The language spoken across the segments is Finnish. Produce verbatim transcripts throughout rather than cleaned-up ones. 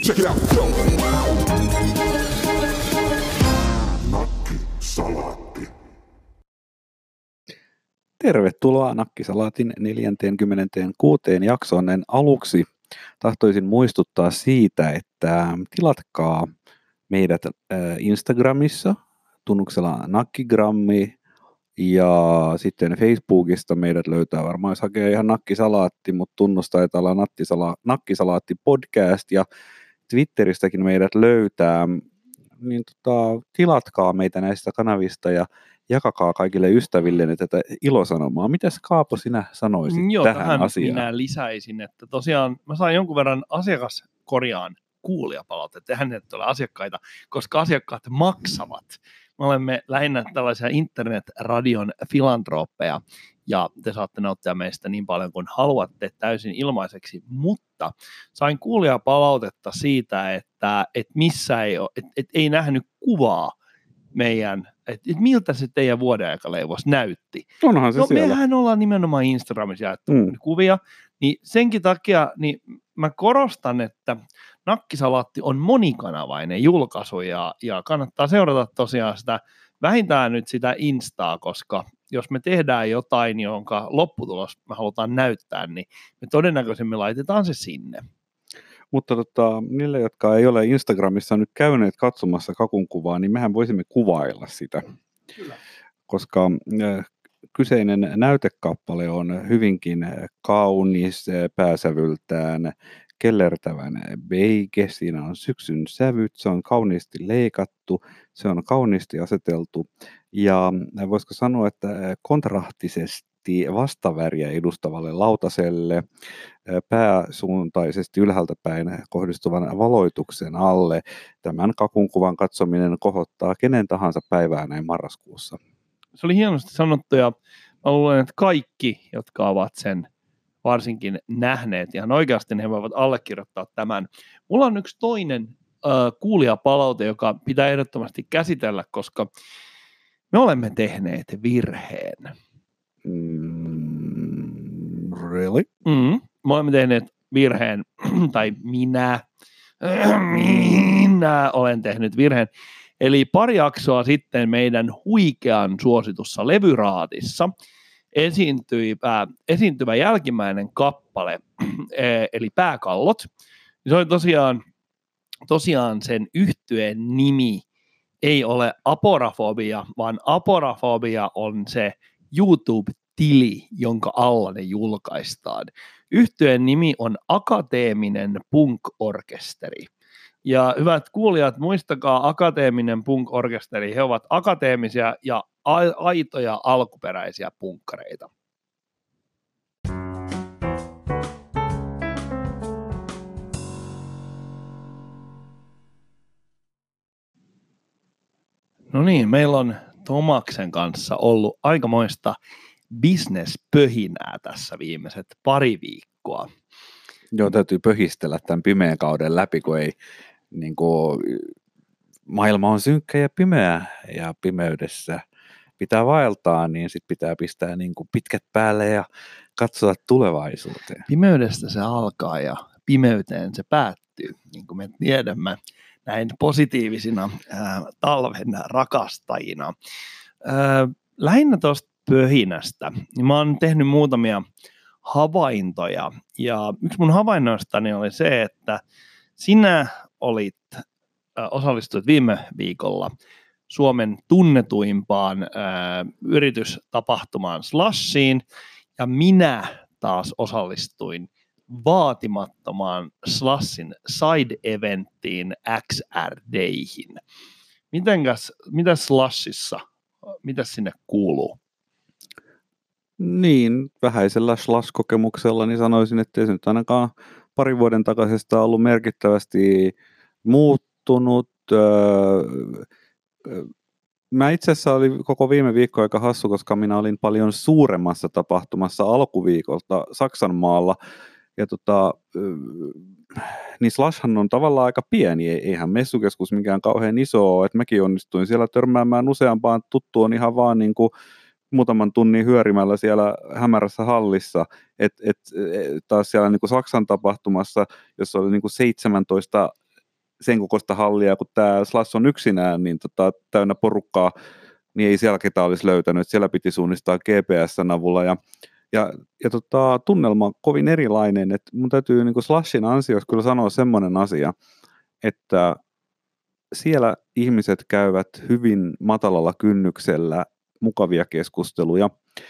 Check it out. Nakkisalaatti. Tervetuloa Nakkisalaatin neljäkymmentäkuusi jaksoon. Näin aluksi tahtoisin muistuttaa siitä, että tilatkaa meidät Instagramissa tunnuksella Nakkigrammi ja sitten Facebookista meidät löytää varmaan, jos hakee ihan Nakkisalaatti, mutta tunnus taitaa olla Nattisala, Nakkisalaatti podcast ja Twitteristäkin meidät löytää, niin tota, tilatkaa meitä näistä kanavista ja jakakaa kaikille ystävillenne tätä ilosanomaa. Mitäs Kaapo sinä sanoisit Joo, tähän, tähän asiaan? Minä lisäisin, että tosiaan mä sain jonkun verran asiakaskorjaan kuulijapalautetta, eihän ne ole asiakkaita, koska asiakkaat maksavat. Me olemme lähinnä tällaisia internetradion filantrooppeja, ja te saatte nauttia meistä niin paljon kuin haluatte täysin ilmaiseksi, mutta sain kuulijapalautetta siitä, että, että missä ei ole, että, että ei nähnyt kuvaa meidän, että, että miltä se teidän vuodenaikaleivos näytti. Onhan se no, siellä. Mehän ollaan nimenomaan Instagramissa jaettu Mm. kuvia, niin senkin takia niin mä korostan, että Nakkisalaatti on monikanavainen julkaisu ja, ja kannattaa seurata tosiaan sitä, vähintään nyt sitä Instaa, koska jos me tehdään jotain, jonka lopputulos me halutaan näyttää, niin me todennäköisemmin laitetaan se sinne. Mutta tota, niille, jotka ei ole Instagramissa nyt käyneet katsomassa kakun kuvaa, niin mehän voisimme kuvailla sitä. Kyllä. Koska äh, kyseinen näytekappale on hyvinkin kaunis pääsävyltään, kellertävän beige, siinä on syksyn sävyt, se on kauniisti leikattu, se on kauniisti aseteltu ja voisiko sanoa, että kontrahtisesti vastaväriä edustavalle lautaselle pääsuuntaisesti ylhäältä päin kohdistuvan valoituksen alle tämän kakun kuvan katsominen kohottaa kenen tahansa päivää näin marraskuussa. Se oli hienosti sanottu ja mä luulen, että kaikki, jotka ovat sen varsinkin nähneet, ihan oikeasti he voivat allekirjoittaa tämän. Mulla on yksi toinen äh, kuulijapalaute, joka pitää ehdottomasti käsitellä, koska me olemme tehneet virheen. Mm, really? Mm, me olemme tehneet virheen, tai minä, minä olen tehnyt virheen. Eli pari jaksoa sitten meidän huikean suositussa levyraatissa esiintyi, äh, esiintyvä jälkimmäinen kappale, eli Pääkallot. Se oli tosiaan, tosiaan sen yhtyeen nimi ei ole Aporafobia, vaan Aporafobia on se YouTube-tili, jonka alla ne julkaistaan. Yhtyeen nimi on Akateeminen Punk-orkesteri. Ja hyvät kuulijat, muistakaa Akateeminen Punk-orkesteri, he ovat akateemisia ja aitoja alkuperäisiä punkkareita. No niin, meillä on Tomaksen kanssa ollut aikamoista business-pöhinää tässä viimeiset pari viikkoa. Joo, täytyy pöhistellä tämän pimeän kauden läpi, kun ei, niin kuin, maailma on synkkä ja pimeä ja pimeydessä pitää vaeltaa, niin sitten pitää pistää niin kuin pitkät päälle ja katsoa tulevaisuuteen. Pimeydestä se alkaa ja pimeyteen se päättyy, niin kuin me tiedämme näin positiivisina ää, talven rakastajina. Ää, lähinnä tuosta pöhinästä, niin mä oon tehnyt muutamia havaintoja, ja yksi mun havainnoistani oli se, että sinä olit, ää, osallistuit viime viikolla Suomen tunnetuimpaan ää, yritystapahtumaan Slashiin, ja minä taas osallistuin vaatimattomaan Slashin side-eventtiin X R-deihin. Mitenkäs, mitäs Slashissa, mitäs sinne kuuluu? Niin, vähäisellä Slash-kokemuksella niin sanoisin, että ei se nyt ainakaan parin vuoden takaisesta ollut merkittävästi muuttunut. Mä itse asiassa olin koko viime viikko aika hassu, koska minä olin paljon suuremmassa tapahtumassa alkuviikolta Saksanmaalla. Ja tota, niin Slashhan on tavallaan aika pieni, eihän messukeskus mikään kauhean iso ole, että mäkin onnistuin siellä törmäämään useampaan tuttuun ihan vaan niin kuin muutaman tunnin hyörimällä siellä hämärässä hallissa, että et, et, taas siellä niin kuin Saksan tapahtumassa, jossa oli niin kuin seitsemäntoista sen kokoista hallia, kun tämä Slash on yksinään, niin tota, täynnä porukkaa, niin ei siellä ketään olisi löytänyt. Siellä piti suunnistaa G P S:n avulla ja, ja, ja tota, tunnelma on kovin erilainen. Et mun täytyy niin kuin Slashin ansiossa kyllä sanoa semmoinen asia, että siellä ihmiset käyvät hyvin matalalla kynnyksellä mukavia keskusteluja.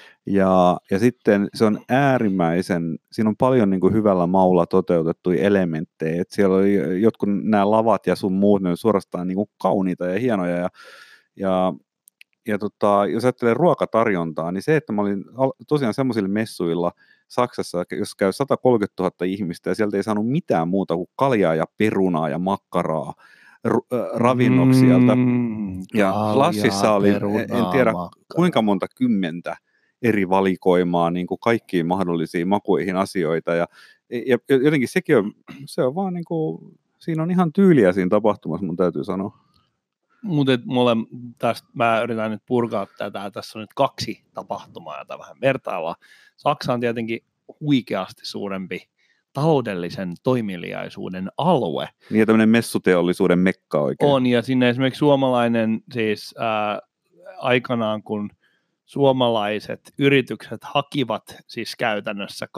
Ja, ja sitten se on äärimmäisen, siinä on paljon niin kuin hyvällä maulla toteutettuja elementtejä. Et siellä oli jotkut nämä lavat ja sun muut, ne on suorastaan niin kuin kauniita ja hienoja. Ja, ja, ja tota, jos ajattelee ruokatarjontaa, niin se, että mä olin tosiaan semmoisilla messuilla Saksassa, jos käy sata kolmekymmentätuhatta ihmistä ja sieltä ei saanut mitään muuta kuin kaljaa ja perunaa ja makkaraa ravinnoksi sieltä. Mm, ja Slashissa oli, perunaa, en tiedä makkara. kuinka monta kymmentä eri valikoimaa niin kuin kaikkiin mahdollisiin makuihin asioita. Ja, ja jotenkin sekin on, se on vaan niin kuin, siinä on ihan tyyliä siinä tapahtumassa, mun täytyy sanoa. Mutta mulle tästä, mä yritän nyt purkaa tätä, tässä on nyt kaksi tapahtumaa, jota vähän vertaillaan. Saksa on tietenkin huikeasti suurempi taloudellisen toimeliaisuuden alue. Niin ja tämmöinen messuteollisuuden mekka oikein. On, ja sinne esimerkiksi suomalainen siis ää, aikanaan, kun suomalaiset yritykset hakivat siis käytännössä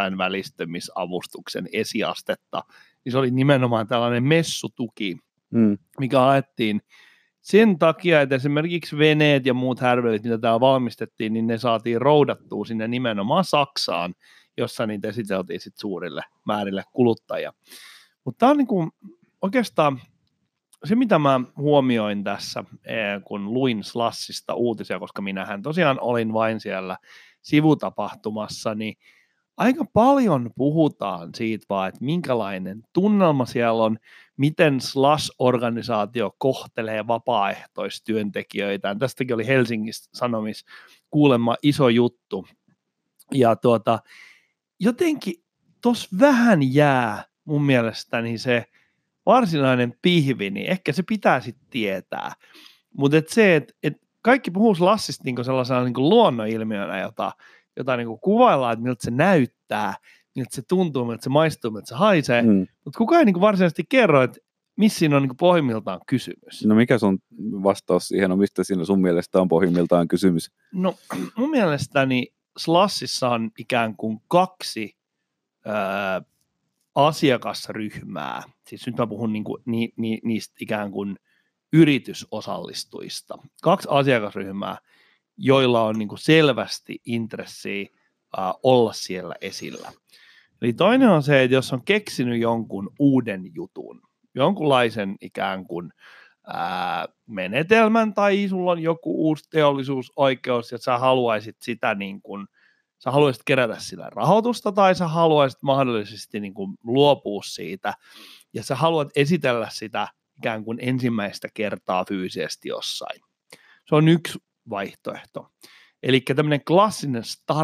kansainvälistymisavustuksen esiastetta, niin se oli nimenomaan tällainen messutuki, mm. mikä haettiin sen takia, että esimerkiksi veneet ja muut härvelyt, mitä täällä valmistettiin, niin ne saatiin roudattua sinne nimenomaan Saksaan, jossa niitä esiteltiin sit suurille määrille kuluttajia. Mutta tämä on niinku oikeastaan se, mitä mä huomioin tässä, kun luin Slashista uutisia, koska minähän tosiaan olin vain siellä sivutapahtumassa, niin aika paljon puhutaan siitä vaan, että minkälainen tunnelma siellä on, miten Slash-organisaatio kohtelee vapaaehtoistyöntekijöitä. Tästäkin oli Helsingistä Sanomis kuulemma iso juttu. Ja tuota, jotenkin tuossa vähän jää mun mielestäni se varsinainen pihvi, niin ehkä se pitää sitten tietää. Mutta et se, että et kaikki puhuu Slashista niinku sellaisena niinku luonnonilmiönä, jota, jota niinku kuvaillaan, että miltä se näyttää, miltä se tuntuu, miltä se maistuu, miltä se haisee, mm. mutta kukaan ei niinku varsinaisesti kerro, että missä siinä on niinku pohjimmiltaan kysymys. No mikä sun vastaus siihen on, mistä siinä sun mielestä on pohjimmiltaan kysymys? No mun mielestäni Slashissa on ikään kuin kaksi öö, asiakasryhmää, siis nyt mä puhun niinku ni, ni, niistä ikään kuin yritysosallistujista. Kaksi asiakasryhmää, joilla on niinku selvästi intressiä uh, olla siellä esillä. Eli toinen on se, että jos on keksinyt jonkun uuden jutun, jonkunlaisen ikään kuin ää, menetelmän tai sulla on joku uusi teollisuusoikeus ja sä haluaisit sitä niin kuin, sä haluaisit kerätä sillä rahoitusta tai sä haluaisit mahdollisesti niin kuin luopua siitä ja sä haluat esitellä sitä ikään kuin ensimmäistä kertaa fyysisesti jossain. Se on yksi vaihtoehto. Eli tämmöinen klassinen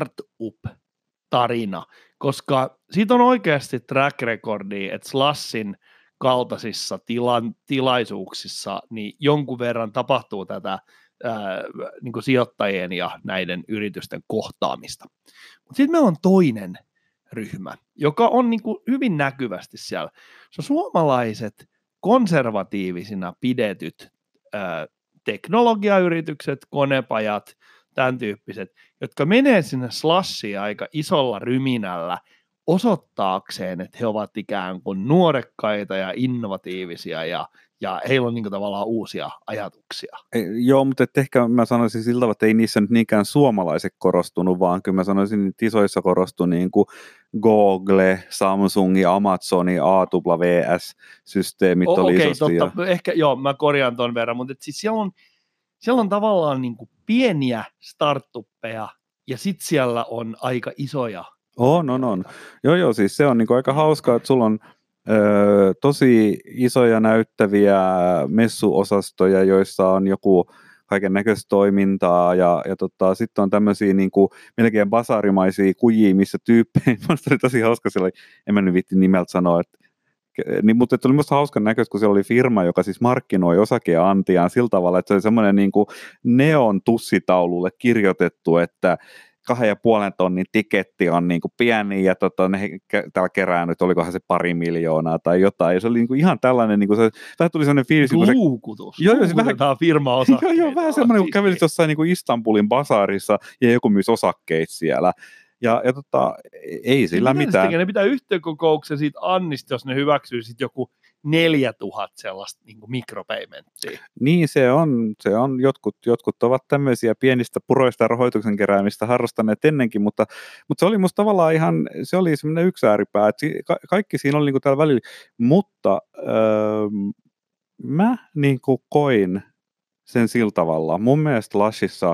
startup-tarina, koska siitä on oikeasti track recordi, että Slashin kaltaisissa tila, tilaisuuksissa niin jonkun verran tapahtuu tätä ää, niin kuin sijoittajien ja näiden yritysten kohtaamista. Mutta sitten meillä on toinen ryhmä, joka on niin kuin hyvin näkyvästi siellä. Se on suomalaiset konservatiivisina pidetyt ää, teknologiayritykset, konepajat, tämän tyyppiset, jotka menee sinne Slashiin aika isolla ryminällä osoittaakseen, että he ovat ikään kuin nuorekkaita ja innovatiivisia ja, ja heillä on niin kuin tavallaan uusia ajatuksia. Ei, joo, mutta et ehkä mä sanoisin sillä tavalla, että ei niissä nyt niinkään suomalaiset korostunut, vaan kyllä mä sanoisin, että isoissa korostui niin kuin Google, Samsung, Amazon, A W S-systeemit o, oli okay, isosti. Totta, ja... ehkä joo, mä korjaan ton verran, mutta siis siellä on, siellä on tavallaan niin kuin pieniä startuppeja ja sitten siellä on aika isoja. On, on, on. Joo, joo, siis se on niinku aika hauskaa, että sulla on ö, tosi isoja näyttäviä messuosastoja, joissa on joku kaiken näköistä toimintaa ja, ja tota, sitten on tämmöisiä niinku melkein basaarimaisia kujia, missä tyyppejä, minusta oli tosi hauska, siellä oli, en mä nyt viitti nimeltä sanoa, että niin, mutta oli minusta hauskan näköistä, kun siellä oli firma, joka siis markkinoi osakeantiaan sillä tavalla, että se oli semmoinen niin kuin neon tussitaululle kirjoitettu, että kahden ja puolen tonnin tiketti on niin kuin pieni ja tota, ne täällä kerää nyt, olikohan se pari miljoonaa tai jotain. Ja se oli niin kuin ihan tällainen, niin kuin se, vähän tuli sellainen fiilis. Niin luukutus. Se, joo, joo, se vähän, firma-osakkeita. Joo, joo, vähän semmoinen, kun kävelisit jossain niin kuin Istanbulin basaarissa ja joku myisi osakkeita siellä. Ja, ja tota, ei sillä mitä mitään. Ne pitää yhteenkokouksen siitä Annista, jos ne hyväksyy sitten joku neljätuhatta sellaista niin kuin mikropaymenttia. Niin se on, se on. Jotkut, jotkut ovat tämmöisiä pienistä puroista rahoituksen keräämistä harrastaneet ennenkin, mutta, mutta se oli musta tavallaan ihan, se oli semmoinen yksi ääripää, että ka- kaikki siinä oli niin kuin täällä välillä, mutta öö, mä niin kuin koin sen sillä tavalla. Mun mielestä Lushissa,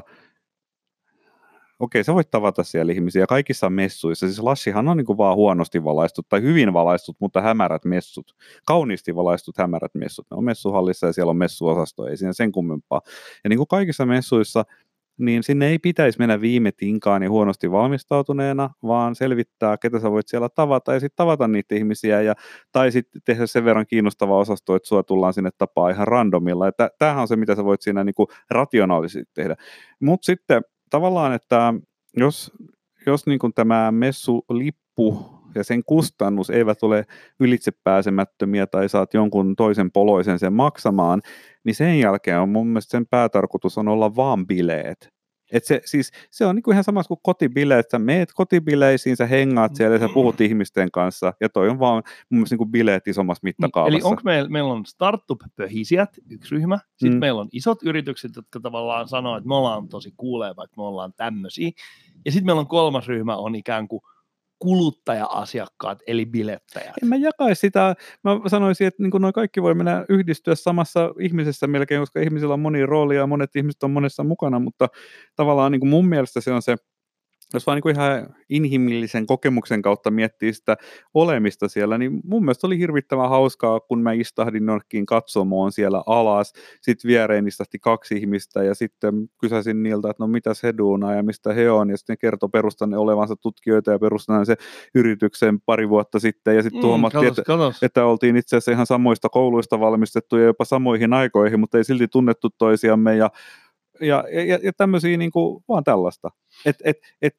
okei, sä voit tavata siellä ihmisiä kaikissa messuissa. Siis Lushihan on niin kuin vaan huonosti valaistut tai hyvin valaistut, mutta hämärät messut. Kauniisti valaistut hämärät messut. Ne on messuhallissa ja siellä on messuosasto, ei siinä sen kummempaa. Ja niin kuin kaikissa messuissa, niin sinne ei pitäisi mennä viime tinkaan ja huonosti valmistautuneena, vaan selvittää, ketä sä voit siellä tavata ja sitten tavata niitä ihmisiä ja, tai sitten tehdä sen verran kiinnostava osasto, että sua tullaan sinne tapaa ihan randomilla. Tämähän on se, mitä sä voit siinä niin kuin rationaalisesti tehdä. Mutta sitten tavallaan, että jos, jos niin kuin tämä messulippu ja sen kustannus eivät ole ylitsepääsemättömiä tai saat jonkun toisen poloisen sen maksamaan, niin sen jälkeen on mun mielestä sen päätarkoitus on olla vaan bileet. Et se, siis, se on niinku ihan samassa kuin kotibileet, sä meet kotibileisiin, sä hengaat siellä ja sä puhut ihmisten kanssa, ja toi on vaan mun mielestä niinku bileet isommassa mittakaavassa. Niin, eli onko meillä, meillä on startup-pöhisijät, yksi ryhmä, sitten Mm. meillä on isot yritykset, jotka tavallaan sanoo, että me ollaan tosi kuulee, vaikka me ollaan tämmöisiä, ja sitten meillä on kolmas ryhmä, on ikään kuin kuluttaja-asiakkaat, eli bilettäjät. En mä jakaisi sitä. Mä sanoisin, että niin noin kaikki voi mennä yhdistyä samassa ihmisessä melkein, koska ihmisillä on moni rooli ja monet ihmiset on monessa mukana, mutta tavallaan niin kuin mun mielestä se on se, jos vaan niin kuin ihan inhimillisen kokemuksen kautta miettii sitä olemista siellä, niin mun mielestä oli hirvittävän hauskaa, kun mä istahdin nokkiin katsomoon siellä alas, sitten viereen istahti kaksi ihmistä ja sitten kysäsin niiltä, että no mitäs he duunaa ja mistä he on, ja sitten ne kertoi perustaneen olevansa tutkijoita ja perustaneen se yrityksen pari vuotta sitten, ja sitten mm, huomattiin, että, että oltiin itse asiassa ihan samoista kouluista valmistettu ja jopa samoihin aikoihin, mutta ei silti tunnettu toisiamme, ja Ja, ja, ja tämmöisiä niin kuin, vaan tällaista. Et, et, et,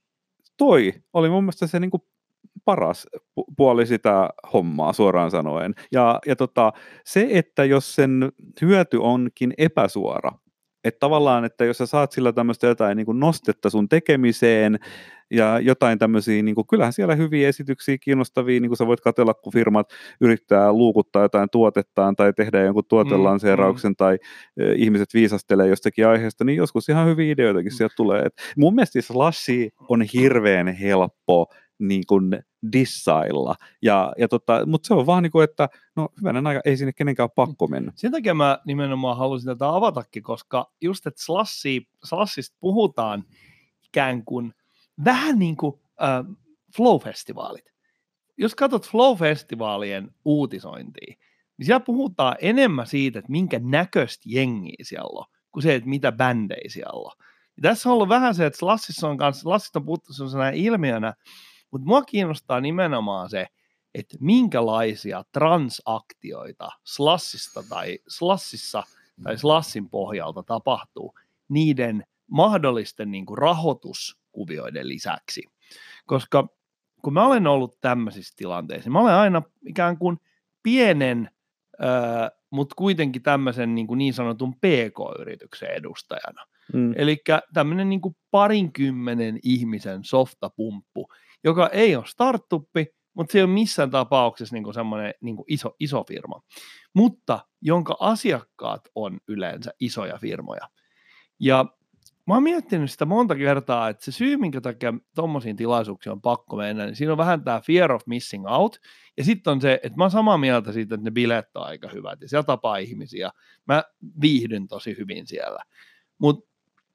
toi oli mun mielestä se niin kuin paras puoli sitä hommaa suoraan sanoen. Ja, ja tota, se, että jos sen hyöty onkin epäsuora, että tavallaan, että jos sä saat sillä tämmöistä jotain niin kuin nostetta sun tekemiseen ja jotain tämmöisiä, niin kuin, kyllähän siellä hyviä esityksiä, kiinnostavia, niin kuin sä voit katsella, kun firmat yrittää luukuttaa jotain tuotettaan tai tehdä jonkun tuotelanseerauksen mm, mm. tai e, ihmiset viisastelee jostakin aiheesta, niin joskus ihan hyviä ideoitakin sieltä tulee. Et mun mielestä Slushia on hirveän helppo niin kuin dissailla, ja, ja tota, mutta se on vaan niin kuin, että no hyvänen aika, ei sinne kenenkään pakko mennä. Sen takia mä nimenomaan halusin tätä avatakin, koska just, että Slushista puhutaan ikään kuin vähän niin kuin äh, Flow-festivaalit. Jos katsot Flow-festivaalien uutisointia, niin siellä puhutaan enemmän siitä, että minkä näköistä jengiä siellä on, kuin se, että mitä bändejä siellä on. Ja tässä on ollut vähän se, että Slushissa on, kanssa, Slushista on puhuttu sellaisena ilmiönä, mutta mua kiinnostaa nimenomaan se, että minkälaisia transaktioita Slushista tai Slushissa tai Slushin pohjalta tapahtuu niiden mahdollisten niin kuin rahoituskuvioiden lisäksi. Koska kun mä olen ollut tämmöisissä tilanteissa, mä olen aina ikään kuin pienen, äh, mutta kuitenkin tämmöisen niin, kuin niin sanotun P K-yrityksen edustajana. Mm. Eli tämmöinen niin kuin parinkymmenen ihmisen softapumppu, joka ei ole startuppi, mutta se ei ole missään tapauksessa niin kuin semmoinen niin kuin iso, iso firma, mutta jonka asiakkaat on yleensä isoja firmoja. Ja mä oon miettinyt sitä monta kertaa, että se syy, minkä takia tommosiin tilaisuuksiin on pakko mennä, niin siinä on vähän tämä fear of missing out, ja sitten on se, että mä oon samaa mieltä siitä, että ne bileet on aika hyvät, ja siellä tapaa ihmisiä, mä viihdyn tosi hyvin siellä, mutta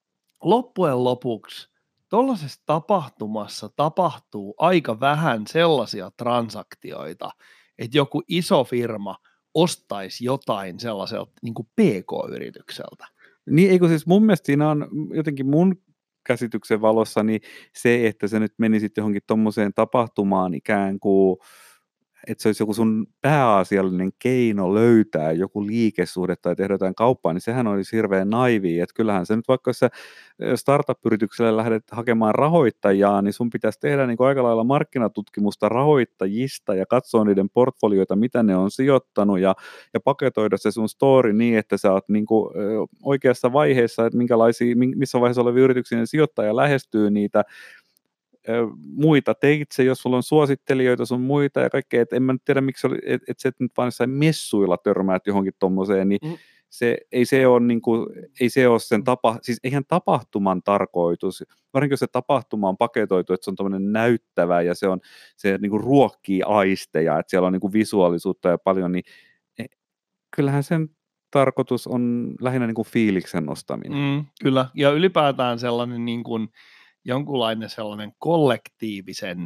loppujen lopuksi tuollaisessa tapahtumassa tapahtuu aika vähän sellaisia transaktioita, että joku iso firma ostaisi jotain sellaiselta niin kuin P K-yritykseltä. Niin, eikö siis mun mielestä siinä on jotenkin mun käsityksen valossa niin se, että sä nyt menisit johonkin tommoseen tapahtumaan ikään kuin että se olisi joku sun pääasiallinen keino löytää joku liikesuhde tai tehdä jotain kauppaa, niin sehän olisi hirveän naivia. Että kyllähän se nyt vaikka jos sä startup-yritykselle lähdet hakemaan rahoittajaa, niin sun pitäisi tehdä niin kuin aika lailla markkinatutkimusta rahoittajista ja katsoa niiden portfolioita, mitä ne on sijoittanut ja, ja paketoida se sun story niin, että sä oot niin kuin oikeassa vaiheessa, että minkälaisia, missä vaiheessa olevia yrityksiä sijoittaja lähestyy niitä muita teitse, jos sulla on suosittelijoita sun muita ja kaikkea, että en mä nyt tiedä, miksi oli, että et sä et nyt vaan jossain messuilla törmäät johonkin tommoseen, niin mm. se, ei, se ole niinku, ei se ole sen tapa, siis eihän tapahtuman tarkoitus, varsinkin jos se tapahtuma on paketoitu, että se on tommoinen näyttävä ja se on, se niinku ruokkii aisteja, että siellä on niinku visuaalisuutta ja paljon, niin kyllähän sen tarkoitus on lähinnä niinku fiiliksen nostaminen. Mm, kyllä, ja ylipäätään sellainen niin kuin jonkunlainen sellainen kollektiivisen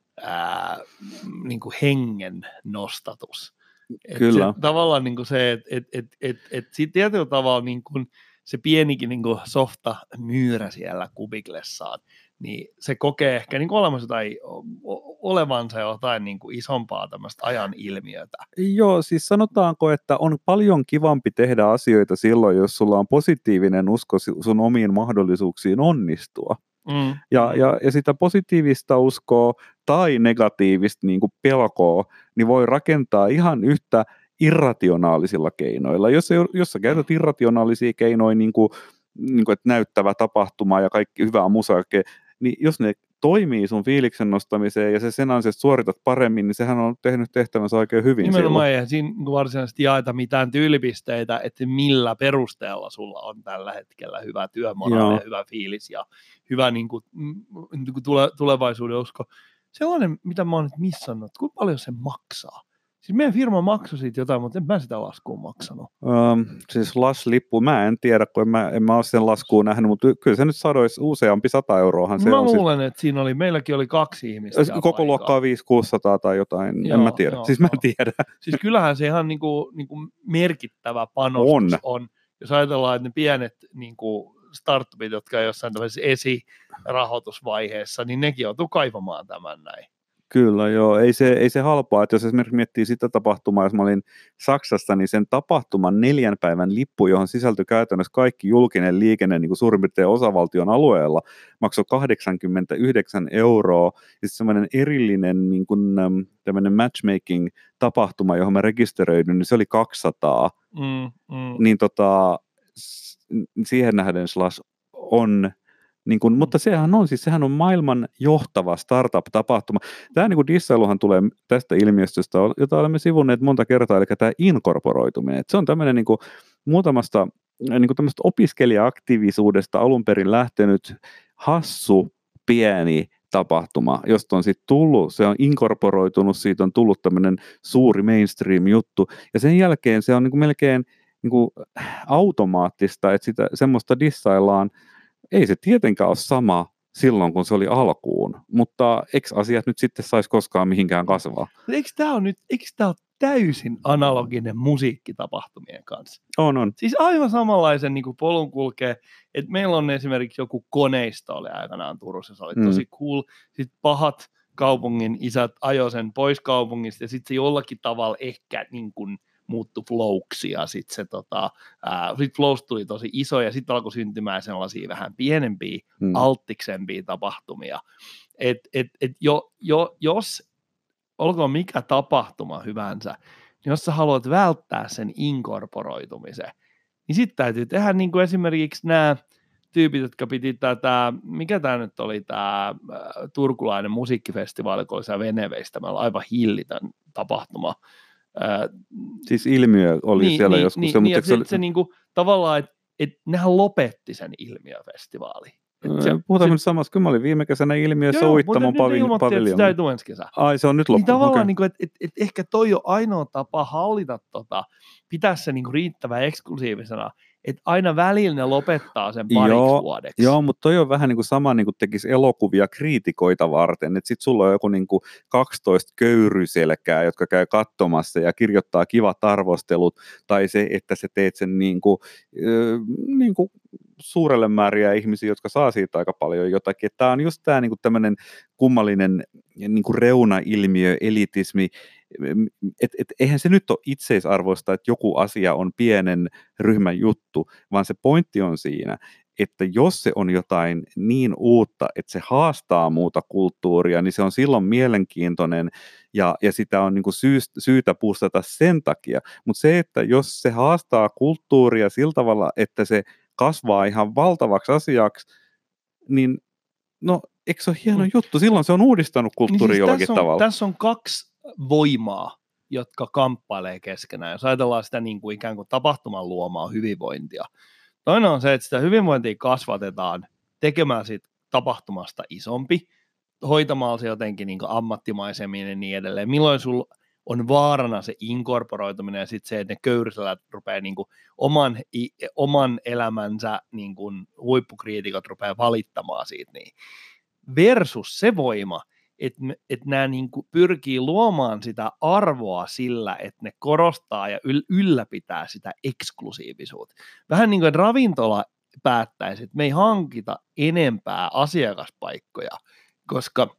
ää, niin kuin hengen nostatus. Kyllä. Se, tavallaan niin kuin se, että et, et, et, et siitä tietyllä tavalla niin kuin se pienikin niin kuin softa myyrä siellä kubiklessaan, niin se kokee ehkä niin kuin olemassa jotain, olevansa jotain niin kuin isompaa tämmöistä ajan ilmiötä. Joo, siis sanotaanko, että on paljon kivampi tehdä asioita silloin, jos sulla on positiivinen usko sun omiin mahdollisuuksiin onnistua. Mm. Ja, ja, ja sitä positiivista uskoa tai negatiivista niin kuin pelkoa, niin voi rakentaa ihan yhtä irrationaalisilla keinoilla. Jos, jos sä käytät irrationaalisia keinoja, niin kuin, niin kuin, että näyttävä tapahtuma ja kaikki hyvää musaa, niin jos ne toimii sun fiiliksen nostamiseen ja se sen ansiosta suoritat paremmin, niin sehän on tehnyt tehtävänsä oikein hyvin. Nimenomaan eihän siinä varsinaisesti jaeta mitään tyylipisteitä, että millä perusteella sulla on tällä hetkellä hyvä työmoraali ja hyvä fiilis ja hyvä niin kuin, niin kuin tule, tulevaisuuden usko. Sellainen, mitä mä oon nyt missannut, että kuinka paljon se maksaa? Siis meidän firma maksoi siitä jotain, mutta en mä sitä laskuun maksanut. Um, siis Lush-lippu, mä en tiedä, kun en mä, en mä ole sen laskuun nähnyt, mutta kyllä se nyt sadoisi useampi sata euroahan. Se mä on luulen, siis, että siinä oli, meilläkin oli kaksi ihmistä. Koko luokkaa viisi kuusisataa tai jotain, joo, en mä tiedä. Joo, siis mä en tiedä. Siis kyllähän se ihan niin kuin, niin kuin merkittävä panostus on. on. Jos ajatellaan, että ne pienet niin kuin startupit, jotka on jossain tämmöisessä esirahoitusvaiheessa, niin nekin joutuu kaivamaan tämän näin. Kyllä joo, ei se, ei se halpaa, että jos esimerkiksi miettii sitä tapahtumaa, jos mä olin Saksassa, niin sen tapahtuman neljän päivän lippu, johon sisältyi käytännössä kaikki julkinen liikenne niin kuin suurin piirtein osavaltion alueella, maksoi kahdeksankymmentäyhdeksän euroa, ja sitten semmoinen erillinen niin kuin, tämmöinen matchmaking-tapahtuma, johon mä rekisteröidyin, niin se oli kaksisataa, mm, mm. niin tota, siihen nähden Slush on. Niin kun, mutta sehän on, siis sehän on maailman johtava startup-tapahtuma. Tämä niin kuin dissailuhan tulee tästä ilmiöstöstä, jota olemme sivunneet monta kertaa, eli tämä inkorporoituminen. Et se on tämmöinen niin kuin muutamasta niin kuin tämmöistä opiskelija-aktiivisuudesta alun perin lähtenyt hassu, pieni tapahtuma, josta on sitten tullut, se on inkorporoitunut, siitä on tullut tämmöinen suuri mainstream-juttu, ja sen jälkeen se on niin kuin melkein niin kuin automaattista, että sitä semmoista dissaillaan. Ei se tietenkään ole sama silloin, kun se oli alkuun, mutta eikö asiat nyt sitten saisi koskaan mihinkään kasvaa? Eikö tämä ole nyt, eikö tämä ole täysin analoginen musiikkitapahtumien kanssa? On, on. Siis aivan samanlaisen niin kuin polun kulkee, että meillä on esimerkiksi joku koneisto oli aikanaan Turussa, se oli mm. tosi cool, sitten pahat kaupungin isät ajoi sen pois kaupungista ja sitten se jollakin tavalla ehkä niin kuin muuttui flowksi ja sitten se tota, ää, sit flows tuli tosi iso ja sitten alkoi syntymään sellaisia vähän pienempiä, hmm. alttiksempia tapahtumia. Et, et, et jo, jo, jos, olkoon mikä tapahtuma hyvänsä, niin jos sä haluat välttää sen inkorporoitumisen, niin sitten täytyy tehdä niin kuin esimerkiksi nämä tyypit, jotka piti tätä, mikä tämä nyt oli tämä turkulainen musiikkifestivaali, kun oli siellä Veneveistä, meillä on aivan hillitön tapahtuma. Ää, siis ilmiö oli niin, siellä niin, joskus. Niin, se, niin, mutta se, oli... se niinku, tavallaan, että et nehän lopetti sen ilmiöfestivaali. Se, Puhutaan se, nyt samassa, kun mä olin viime kesänä ilmiössä Uittamon paviljoon. Mutta nyt sitä ei tule ensi kesä. Ai, se on nyt loppu. Niin tavallaan, okay. Niinku, että et, et ehkä toi on ainoa tapa hallita, tota, pitää se niinku riittävän eksklusiivisena, että aina välillä ne lopettaa sen pariksi joo, vuodeksi. Joo, mutta toi on vähän niin kuin sama niin kuin tekisi elokuvia kriitikoita varten, että sitten sulla on joku niin kuin kaksitoista köyryselkää, jotka käy katsomassa ja kirjoittaa kivat arvostelut, tai se, että sä teet sen niin kuin, äh, niin kuin suurelle määriä ihmisiä, jotka saa siitä aika paljon jotakin. Tämä on just tämä niin kuin tämmöinen kummallinen niin kuin reunailmiö, elitismi, et, et, eihän se nyt ole itseisarvoista, että joku asia on pienen ryhmän juttu, vaan se pointti on siinä, että jos se on jotain niin uutta, että se haastaa muuta kulttuuria, niin se on silloin mielenkiintoinen ja, ja sitä on niin kuin syy, syytä puustata sen takia. Mutta se, että jos se haastaa kulttuuria sillä tavalla, että se kasvaa ihan valtavaksi asiaksi, niin no, eikö se ole hieno juttu? Silloin se on uudistanut kulttuuria niin siis jollakin tässä on, tavalla. Tässä on kaksi voimaa, jotka kamppailee keskenään. Jos ajatellaan sitä niin kuin ikään kuin tapahtuman luomaa hyvinvointia. Toinen on se, että sitä hyvinvointia kasvatetaan tekemään siitä tapahtumasta isompi, hoitamaan se jotenkin niin kuin ammattimaisemmin ja niin edelleen. Milloin sulla on vaarana se inkorporoituminen ja sitten se, että ne köyryselät rupeaa niin kuin oman, oman elämänsä niin kuin huippukriitikot rupeaa valittamaan siitä. Niin. Versus se voima, että, että nämä niin kuin pyrkii luomaan sitä arvoa sillä, että ne korostaa ja ylläpitää sitä eksklusiivisuutta. Vähän niin kuin että ravintola päättäisi, että me ei hankita enempää asiakaspaikkoja, koska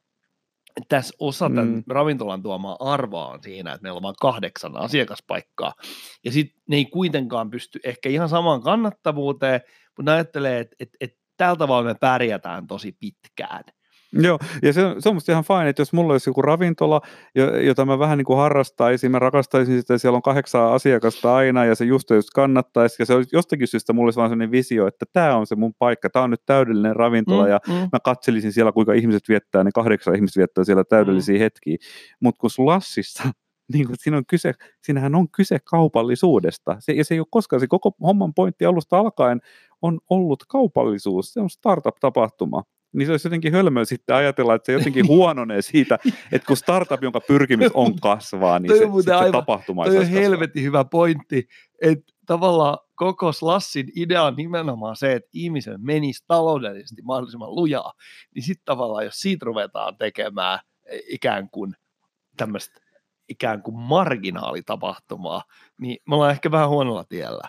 tässä osa tämän mm. ravintolan tuomaa arvoa on siinä, että meillä on vain kahdeksan asiakaspaikkaa, ja sitten ne ei kuitenkaan pysty ehkä ihan samaan kannattavuuteen, mutta ne ajattelee, että, että, että tällä tavalla me pärjätään tosi pitkään. Joo, ja se on, se on musta ihan fine, että jos mulla olisi joku ravintola, jota mä vähän niin kuin harrastaisin, mä rakastaisin sitä, siellä on kahdeksan asiakasta aina, ja se just just kannattaisi, ja se olisi jostakin syystä mulla olisi vaan sellainen visio, että tämä on se mun paikka, tämä on nyt täydellinen ravintola, mm, ja mm. mä katselisin siellä, kuinka ihmiset viettää, ne kahdeksan ihmiset viettää siellä täydellisiä mm. hetkiä, mutta kun Slushissa, niin kuin siinä on kyse, siinähän on kyse kaupallisuudesta, se, ja se ei ole koskaan, se koko homman pointti alusta alkaen on ollut kaupallisuus, se on startup-tapahtuma. Niin se olisi jotenkin hölmöä sitten ajatella, että se jotenkin huononee siitä, että kun startup, jonka pyrkimys on kasvaa, niin se, se, se tapahtuma ei saisi kasvaa. Toi on helvetin hyvä pointti, että tavallaan koko Slushin idea on nimenomaan se, että ihmisen menisi taloudellisesti mahdollisimman lujaa, niin sitten tavallaan, jos siitä ruvetaan tekemään ikään kuin tämmöistä ikään kuin marginaalitapahtumaa, niin me ollaan ehkä vähän huonolla tiellä.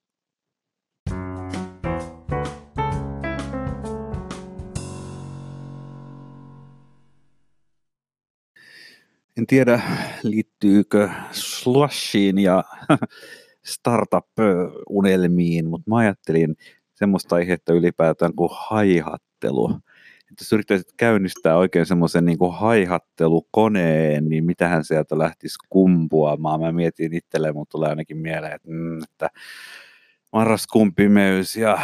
En tiedä, liittyykö Slushiin ja startup-unelmiin, mutta mä ajattelin semmoista aihetta ylipäätään kuin haihattelu. Että jos yrittäisit käynnistää oikein semmoisen niin kuin haihattelukoneen, niin mitähän sieltä lähtisi kumpuamaan. Mä mietin itselleen, mutta tulee ainakin mieleen, että, mm, että marraskuun pimeys ja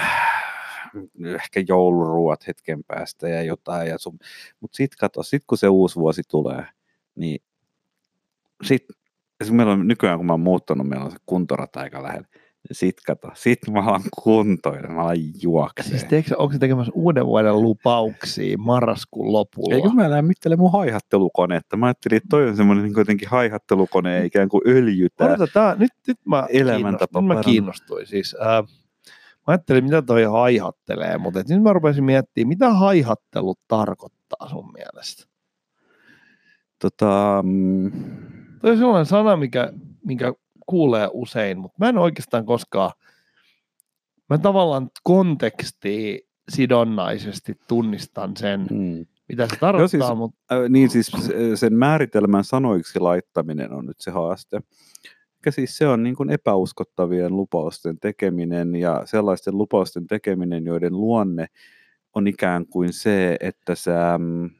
ehkä jouluruuat hetken päästä ja jotain. Ja sun... Mutta sitten kato, sit kun se uusi vuosi tulee, niin sitten meillä on nykyään, kun mä oon muuttanut, meillä on se kuntorata aika lähellä. Sitten kato, sitten mä alan kuntoilla, mä alan juokseen. Siis teekö, onko se tekemässä uuden vuoden lupauksia marraskuun lopulla? Eikö mä lämmittele mun haihattelukonetta? Mä ajattelin, että toi on semmoinen niin jotenkin haihattelukone, ikään kuin öljytää. Odotetaan, nyt, nyt mä kiinnostuin. Nyt mä kiinnostuin. Siis, äh, mä ajattelin, mitä toi haihattelee, mutta nyt mä rupesin miettimään, mitä haihattelu tarkoittaa sun mielestä? Tota... Mm... Toi on sellainen sana, mikä, minkä kuulee usein, mutta mä en oikeastaan koskaan, mä tavallaan kontekstiin sidonnaisesti tunnistan sen, hmm. mitä se tarkoittaa. Siis, mutta... äh, niin siis sen määritelmän sanoiksi laittaminen on nyt se haaste. Ja siis se on niin kuin epäuskottavien lupausten tekeminen ja sellaisten lupausten tekeminen, joiden luonne on ikään kuin se, että sä...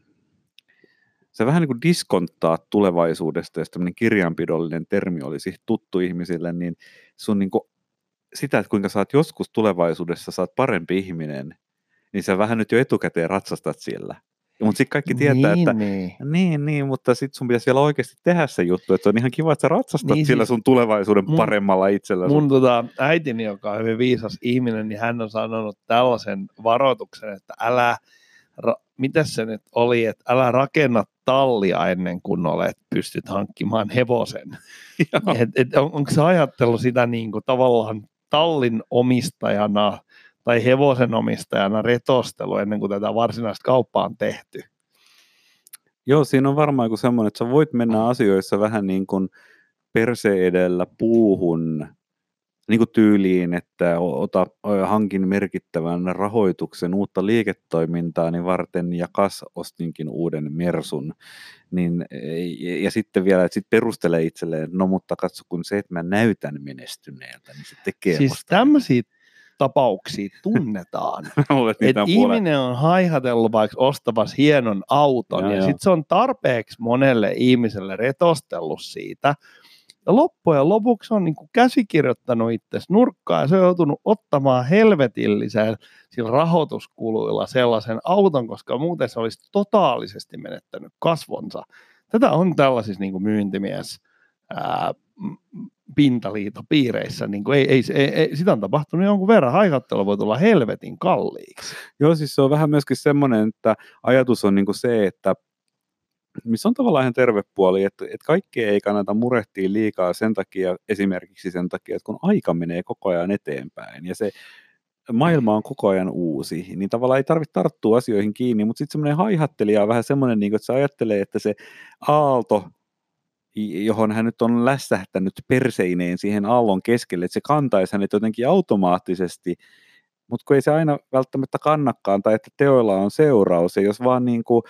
Se vähän niin kuin diskonttaa tulevaisuudesta, jos tämmöinen kirjanpidollinen termi olisi tuttu ihmisille, niin sun niin kuin sitä, että kuinka sä oot joskus tulevaisuudessa, sä oot parempi ihminen, niin sä vähän nyt jo etukäteen ratsastat siellä. Mutta sitten kaikki tietää, niin, että niin. niin, niin, mutta sitten sun pitäisi vielä oikeasti tehdä se juttu, että on ihan kiva, että sä ratsastat niin, sillä sun tulevaisuuden mun, paremmalla itsellä. Mun tota, äitini, joka on hyvin viisas ihminen, niin hän on sanonut tällaisen varoituksen, että älä, ra, mitäs se nyt oli, että älä rakenna tallia ennen kuin olet pystyt hankkimaan hevosen. et, et, on, onko se ajattelu sitä niin kuin tavallaan tallin omistajana tai hevosen omistajana retostelu ennen kuin tätä varsinaista kauppaa on tehty? Joo, siinä on varmaan joku semmoinen, että sä voit mennä asioissa vähän niin kuin perse edellä puuhun niin kuin tyyliin, että ota, hankin merkittävän rahoituksen uutta liiketoimintaani varten ja kas ostinkin uuden Mersun. Niin, ja, ja sitten vielä, että sit perustelee itselleen, että no mutta katso, kun se, että mä näytän menestyneeltä, niin se tekee Siis musta. tämmöisiä tapauksia tunnetaan. Että on ihminen on haihatellut vaikka ostavassa hienon auton, ja, ja sitten se on tarpeeksi monelle ihmiselle retostellut siitä. Ja loppujen lopuksi on niin kuin käsikirjoittanut itsesi nurkkaan, ja se on joutunut ottamaan helvetillisen sillä rahoituskuluilla sellaisen auton, koska muuten se olisi totaalisesti menettänyt kasvonsa. Tätä on tällaisissa niin kuin myyntimies ää, pintaliitopiireissä, niin kuin ei, ei, ei, ei, sitä on tapahtunut jonkun verran, haikattelu voi tulla helvetin kalliiksi. Joo, siis se on vähän myöskin semmoinen, että ajatus on niin kuin se, että missä on tavallaan ihan terve puoli, että, että kaikkea ei kannata murehtia liikaa sen takia, esimerkiksi sen takia, että kun aika menee koko ajan eteenpäin ja se maailma on koko ajan uusi, niin tavallaan ei tarvitse tarttua asioihin kiinni, mutta sitten semmoinen haihattelija on vähän semmoinen, niin kuin, että se ajattelee, että se aalto, johon hän nyt on lässähtänyt perseineen siihen aallon keskelle, että se kantaisi hänet jotenkin automaattisesti, mutta kun ei se aina välttämättä kannakaan, tai että teoilla on seuraus, ja jos vaan niin kuin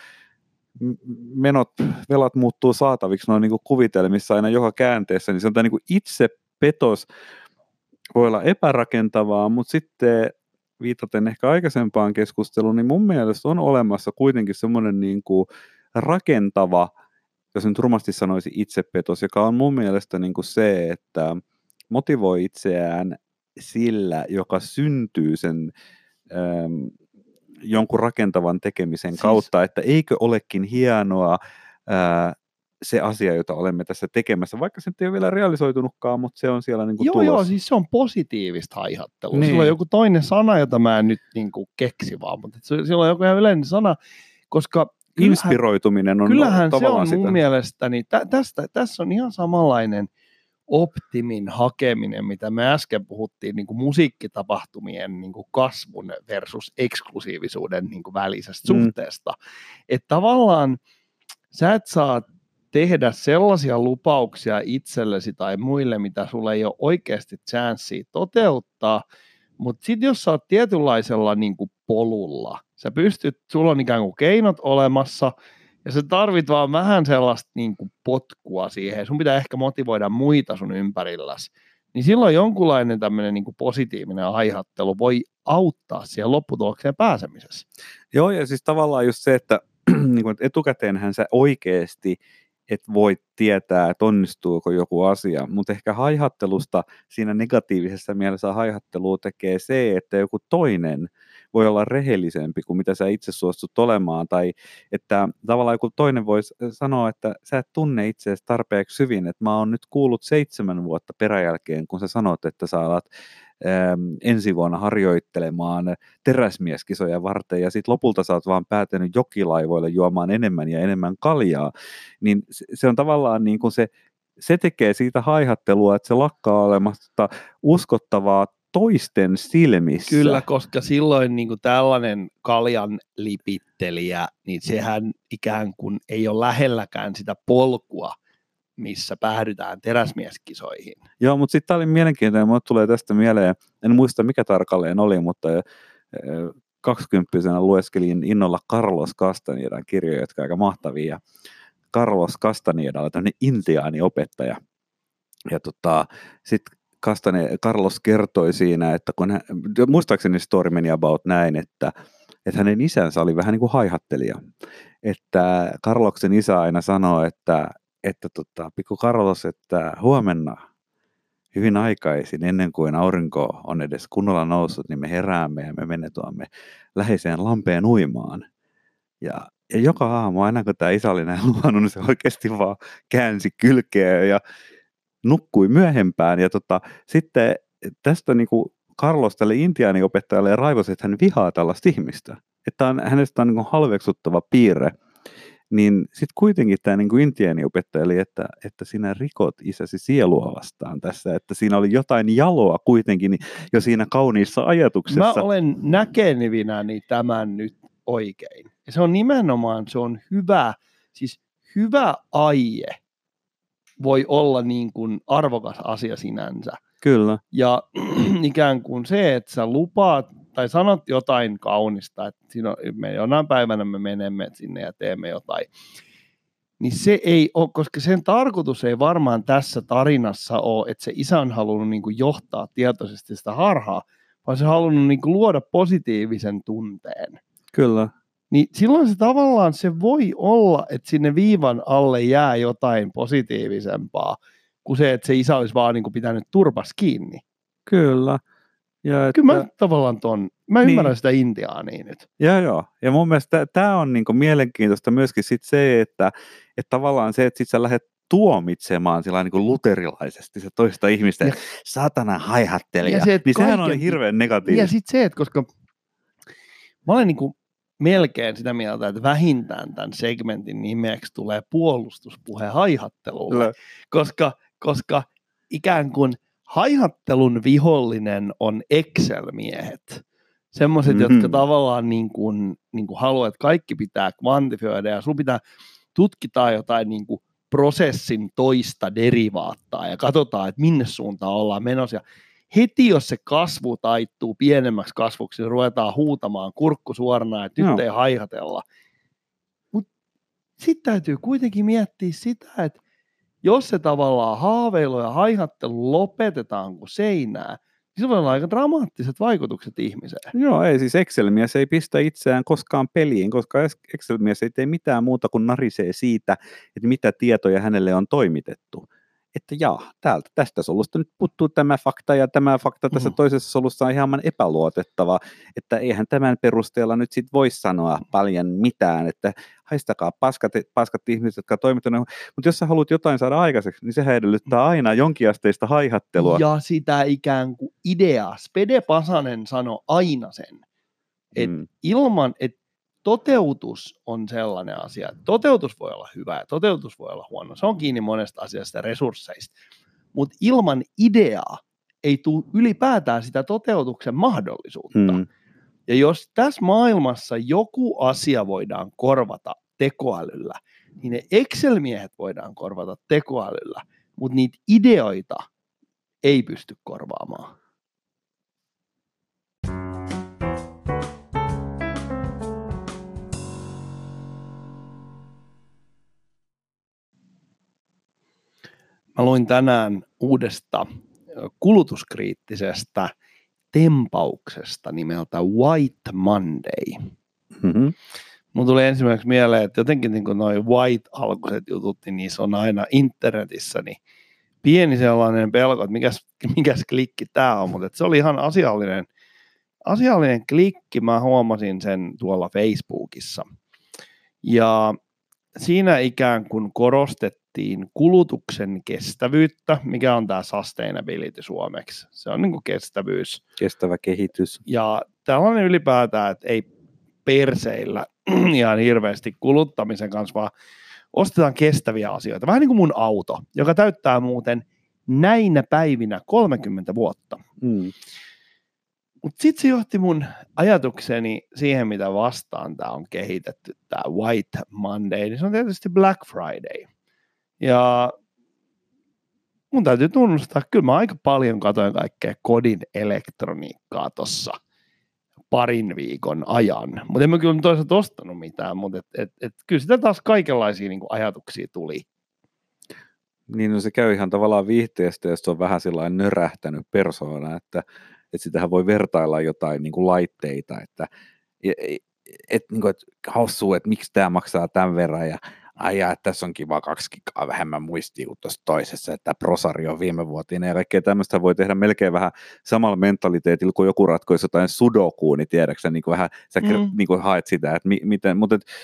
menot, velat muuttuu saataviksi noin niin kuin kuvitelmissa aina joka käänteessä, niin se on tämä niin kuin itsepetos, voi olla epärakentavaa, mutta sitten viitaten ehkä aikaisempaan keskusteluun, niin mun mielestä on olemassa kuitenkin semmoinen niin kuin rakentava, jos nyt rumasti sanoisi itsepetos, joka on mun mielestä niin kuin se, että motivoi itseään sillä, joka syntyy sen ähm, jonkun rakentavan tekemisen siis kautta, että eikö olekin hienoa ää, se asia, jota olemme tässä tekemässä, vaikka se ei ole vielä realisoitunutkaan, mutta se on siellä niin kuin joo, tulossa. Joo, siis se on positiivista haihattelua. Niin. Sillä on joku toinen sana, jota mä en nyt niin kuin keksi vaan, mutta sillä on joku ihan yleinen sana, koska kyllähän, inspiroituminen on kyllähän se on sitä. mun mielestäni, tä, tästä, tässä on ihan samanlainen optimin hakeminen, mitä me äsken puhuttiin niin kuin musiikkitapahtumien niin kuin kasvun versus eksklusiivisuuden niin kuin välisestä mm. suhteesta. Että tavallaan sä et saa tehdä sellaisia lupauksia itsellesi tai muille, mitä sulla ei ole oikeasti chanssiä toteuttaa, mutta sitten jos sä oot tietynlaisella niin kuin polulla, sä pystyt, sulla on ikään kuin keinot olemassa, ja sä tarvit vaan vähän sellaista niin kuin potkua siihen, sun pitää ehkä motivoida muita sun ympärilläsi, niin silloin jonkunlainen tämmöinen niin kuin positiivinen aihattelu voi auttaa siihen lopputulokseen pääsemisessä. Joo, ja siis tavallaan just se, että niin kuin etukäteenhän sä oikeasti et voi tietää, että onnistuuko joku asia, mutta ehkä haihattelusta siinä negatiivisessa mielessä haihattelua tekee se, että joku toinen voi olla rehellisempi kuin mitä sä itse suostut olemaan, tai että tavallaan joku toinen voi sanoa, että sä et tunne itseäsi tarpeeksi hyvin, että mä oon nyt kuullut seitsemän vuotta peräjälkeen, kun sä sanot, että sä alat ensi vuonna harjoittelemaan teräsmieskisoja varten, ja sitten lopulta sä oot vaan päätynyt jokilaivoille juomaan enemmän ja enemmän kaljaa, niin se on tavallaan niin kuin se, se tekee siitä haihattelua, että se lakkaa olemasta uskottavaa toisten silmissä. Kyllä, koska silloin niin kuin tällainen kaljan lipittelijä, niin sehän ikään kuin ei ole lähelläkään sitä polkua, missä päädytään teräsmieskisoihin. Joo, mutta sitten tämä oli mielenkiintoinen, minulle tulee tästä mieleen, en muista mikä tarkalleen oli, mutta kaksikymppisenä lueskelin innolla Carlos Castaniedan kirjoja, jotka aika mahtavia. Carlos Castaneda oli tämmöinen intiaaniopettaja. Ja tota, sitten Carlos kertoi siinä, että kun hän, muistaakseni story meni about näin, että, että hänen isänsä oli vähän niin kuin haihattelija. Että Carloksen isä aina sanoi, että että tota, pikku Carlos, että huomenna hyvin aikaisin, ennen kuin aurinko on edes kunnolla noussut, niin me heräämme ja me menemme tuomme läheiseen lampeen uimaan. Ja, ja joka aamu, aina kun tämä isä oli näin luvannut, niin se oikeasti vaan käänsi kylkeä ja nukkui myöhempään. Ja tota, sitten tästä niin kuin Carlos tälle intiaaniopettajalle raivosi, että hän vihaa tällaista ihmistä. Että on, hänestä on niin kuin halveksuttava piirre. Niin sitten kuitenkin tämä niin intiaaniopettaja oli, että, että sinä rikot isäsi sielua vastaan tässä, että siinä oli jotain jaloa kuitenkin jo siinä kauniissa ajatuksessa. Mä olen näkevinäni tämän nyt oikein. Ja se on nimenomaan, se on hyvä, siis hyvä aie voi olla niin kuin arvokas asia sinänsä. Kyllä. Ja ikään kuin se, että sä lupaat tai sanot jotain kaunista, että siinä on, me jonain päivänä me menemme sinne ja teemme jotain, niin se ei ole, koska sen tarkoitus ei varmaan tässä tarinassa ole, että se isä on halunnut niin kuin johtaa tietoisesti sitä harhaa, vaan se on halunnut niin kuin luoda positiivisen tunteen. Kyllä. Niin silloin se tavallaan se voi olla, että sinne viivan alle jää jotain positiivisempaa kuin se, että se isä olisi vaan niin kuin pitänyt turpas kiinni. Kyllä. Ja että, Kyllä mä tavallaan ton, mä niin. ymmärrän sitä Intiaania nyt. Joo, joo. Ja mun mielestä tämä on niinku mielenkiintoista myöskin sit se, että, että tavallaan se, että sit sä lähdet tuomitsemaan sillä niinku luterilaisesti se toista ihmistä, ja, saatana haihattelija, ja se, niin sehän on hirveän negatiivista. Ja sitten se, että koska mä olen niinku melkein sitä mieltä, että vähintään tämän segmentin nimeksi tulee puolustuspuhe haihattelulle, koska, koska ikään kuin haihattelun vihollinen on Excel-miehet. Semmoiset, mm-hmm. jotka tavallaan niin kuin, niin kuin haluaa, että kaikki pitää kvantifioida ja sun pitää tutkitaan jotain niin kuin prosessin toista derivaattaa ja katsotaan, että minne suuntaan ollaan menossa. Ja heti, jos se kasvu taittuu pienemmäksi kasvuksi, niin ruvetaan huutamaan kurkku suorana, että nyt no. ei haihatella. Mutta sitten täytyy kuitenkin miettiä sitä, että jos se tavallaan haaveilu ja haihattelu lopetetaan kuin seinää, niin se voi olla aika dramaattiset vaikutukset ihmiseen. Joo, ei siis Excel-mies ei pistä itseään koskaan peliin, koska Excel-mies ei tee mitään muuta kuin narisee siitä, että mitä tietoja hänelle on toimitettu. Että jaa, täältä, tästä solusta nyt puuttuu tämä fakta ja tämä fakta tässä mm. toisessa solussa on ihan epäluotettava, että eihän tämän perusteella nyt sit voi sanoa paljon mitään, että haistakaa paskat, paskat ihmiset, jotka toimittavat. Mutta jos sä haluat jotain saada aikaiseksi, niin sehän edellyttää aina jonkinasteista haihattelua. Ja sitä ikään kuin ideaa. Spede Pasanen sanoi aina sen, että mm. ilman, että toteutus on sellainen asia, että toteutus voi olla hyvä ja toteutus voi olla huono. Se on kiinni monesta asiasta ja resursseista. Mutta ilman ideaa ei tule ylipäätään sitä toteutuksen mahdollisuutta. Mm. Ja jos tässä maailmassa joku asia voidaan korvata tekoälyllä, niin ne Excel-miehet voidaan korvata tekoälyllä, mutta niitä ideoita ei pysty korvaamaan. Mä luin tänään uudesta kulutuskriittisestä tempauksesta nimeltä White Monday. Mm-hmm. Mun tuli ensimmäiseksi mieleen, että jotenkin niin kuin noi white-alkuiset jutut, niin niissä on aina internetissä niin pieni sellainen pelko, että mikäs, mikäs klikki tää on, mutta se oli ihan asiallinen, asiallinen klikki. Mä huomasin sen tuolla Facebookissa. Ja siinä ikään kuin korostettiin kulutuksen kestävyyttä, mikä on tämä sustainability suomeksi. Se on niin kuin kestävyys. Kestävä kehitys. Ja tällainen ylipäätään, että ei perseillä ihan hirveästi kuluttamisen kanssa, vaan ostetaan kestäviä asioita. Vähän niin kuin mun auto, joka täyttää muuten näinä päivinä kolmekymmentä vuotta. Mm. Mutta sitten se johti mun ajatukseni siihen, mitä vastaan tämä on kehitetty, tämä White Monday, niin se on tietysti Black Friday. Ja mun täytyy tunnustaa, että kyllä mä aika paljon katsoin kaikkea kodin elektroniikkaa tuossa parin viikon ajan. Mutta en mä kyllä toisaalta ostanut mitään, mutta et, et, et, kyllä sitä taas kaikenlaisia niin kuin ajatuksia tuli. Niin no se käy ihan tavallaan viihteestä, jos se on vähän sellainen nörähtänyt persoona, että että sitähän voi vertailla jotain niin kuin laitteita, että et, niin kuin, et hassuu, että miksi tämä maksaa tämän verran, ja aijaa, että tässä on kiva kaksi gigaa vähemmän muistia kuin tuossa toisessa, että prosari on viimevuotinen, ja kaikkea tämmöistä voi tehdä melkein vähän samalla mentaliteetillä, kun joku ratkoisi jotain sudokuun, niin tiedätkö niin kuin vähän, sä mm. niin kuin haet sitä, että mi, miten, mutta et,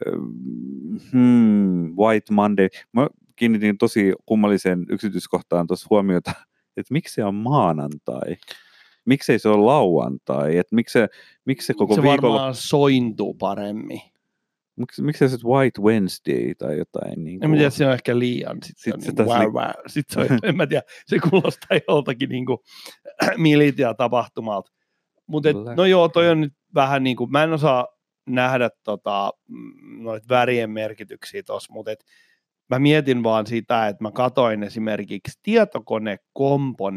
hmm, White Monday, mä kiinnitin tosi kummalliseen yksityiskohtaan tuossa huomiota, että miksi se on maanantai? Miksei se ole lauantai? Et miksi se, miksi se koko se viikolla... varmaan sointuu paremmin. Miks, miksei se White Wednesday tai jotain? Niin kuin... En mä tiedä, se on ehkä liian. Sitten sit se, niin wow, li... wow. Sitten se on, en mä tiedä, se kuulostaa joltakin niin kuin militia-tapahtumalta. Mutta no joo, toi on nyt vähän niin kuin, mä en osaa nähdä tota, noita värien merkityksiä tossa, mutta et mä mietin vaan sitä, että mä katoin esimerkiksi tietokonekomponenttien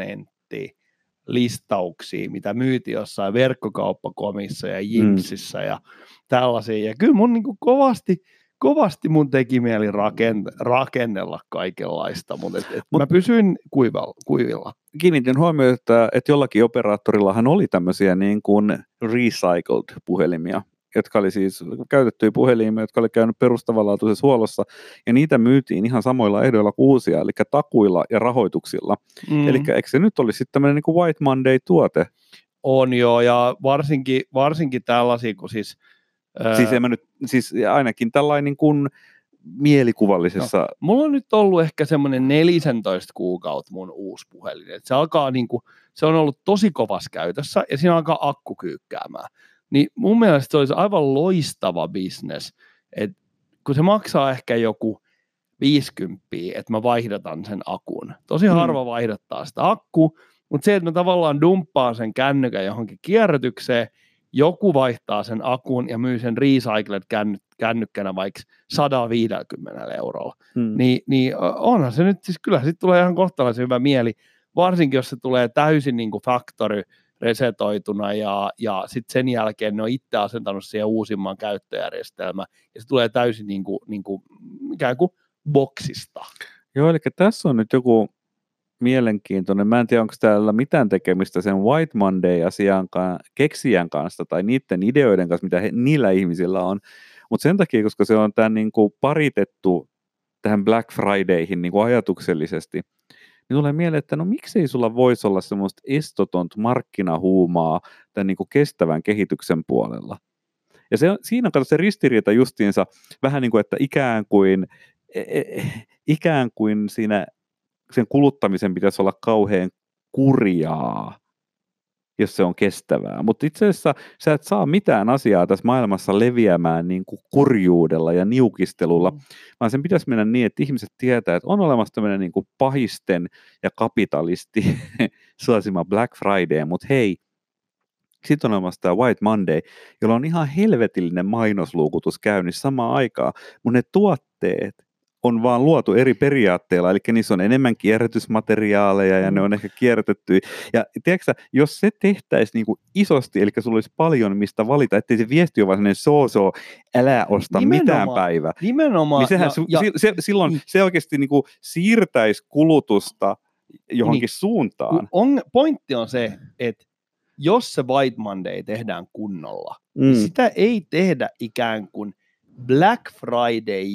listauksia, mitä myytiin jossain verkkokauppakomissa ja Jimsissä mm. ja tällaisia. Ja kyllä mun niin kuin kovasti, kovasti mun teki mieli rakenne, rakennella kaikenlaista, mutta et, et Mut, mä pysyin kuivalla, kuivilla. Kiinnitin huomioon, että, että jollakin operaattorillahan oli tämmöisiä niin kuin recycled puhelimia, jotka oli siis käytettyjä puhelimia, jotka oli käynyt perustavanlaatuisessa huollossa, ja niitä myytiin ihan samoilla ehdoilla kuin uusia, eli takuilla ja rahoituksilla. Mm. Eli eikö se nyt olisi sitten tämmöinen niin kuin White Monday-tuote? On joo, ja varsinkin, varsinkin tällaisia, kun siis... Siis, ää... nyt, siis ainakin tällainen niin kuin mielikuvallisessa... No, mulla on nyt ollut ehkä semmoinen neljätoista kuukautta mun uusi puhelin, että se alkaa niin kuin, se on ollut tosi kovassa käytössä, ja siinä alkaa akku kyykkäämään. Niin mun mielestä se olisi aivan loistava business, että kun se maksaa ehkä joku viisikymmentä, että mä vaihdataan sen akun. Tosi harva mm. vaihdattaa sitä akku, mutta se, että mä tavallaan dumppaan sen kännykän johonkin kierrätykseen, joku vaihtaa sen akun ja myy sen recycled kännykkänä vaikka sata viisikymmentä eurolla, mm. niin, niin onhan se nyt, siis kyllä sitten tulee ihan kohtalaisen hyvä mieli, varsinkin jos se tulee täysin niin kuin factory resetoituna ja, ja sitten sen jälkeen ne on itse asentanut siihen uusimman käyttöjärjestelmän ja se tulee täysin niin kuin, niin kuin, ikään kuin boksista. Joo, eli tässä on nyt joku mielenkiintoinen. Mä en tiedä, onko täällä mitään tekemistä sen White Monday-asian keksijän kanssa tai niiden ideoiden kanssa, mitä he, niillä ihmisillä on. Mutta sen takia, koska se on tämän niin kuin paritettu tähän Black Fridayhin niin kuin ajatuksellisesti, niin tulee mieleen, että no miksei sulla voisi olla semmoista estotonta markkinahuumaa tämän niin kuin kestävän kehityksen puolella. Ja se, siinä on se ristiriita justiinsa vähän niin kuin, että ikään kuin, ikään kuin siinä sen kuluttamisen pitäisi olla kauhean kurjaa, jos se on kestävää. Mutta itse asiassa sä et saa mitään asiaa tässä maailmassa leviämään niin kuin kurjuudella ja niukistelulla, mm. vaan sen pitäisi mennä niin, että ihmiset tietää, että on olemassa tämmöinen niin kuin pahisten ja kapitalisti suosima Black Friday, mutta hei, sitten on olemassa tämä White Monday, jolla on ihan helvetillinen mainosluukutus käynnissä samaan aikaan, mutta ne tuotteet on vaan luotu eri periaatteilla, eli niissä on enemmän kierrätysmateriaaleja ja ne on ehkä kierrätetty. Ja tiedätkö, jos se tehtäisiin niin kuin isosti, eli sulla olisi paljon mistä valita, ettei se viesti ole vaan sellainen so-so, älä osta nimenomaan, mitään päivä. Nimenomaan. Niin sehän, ja, se, se, silloin niin. se oikeasti niin kuin siirtäisi kulutusta johonkin niin, suuntaan. On, pointti on se, että jos se White Monday tehdään kunnolla, mm. niin sitä ei tehdä ikään kuin Black Friday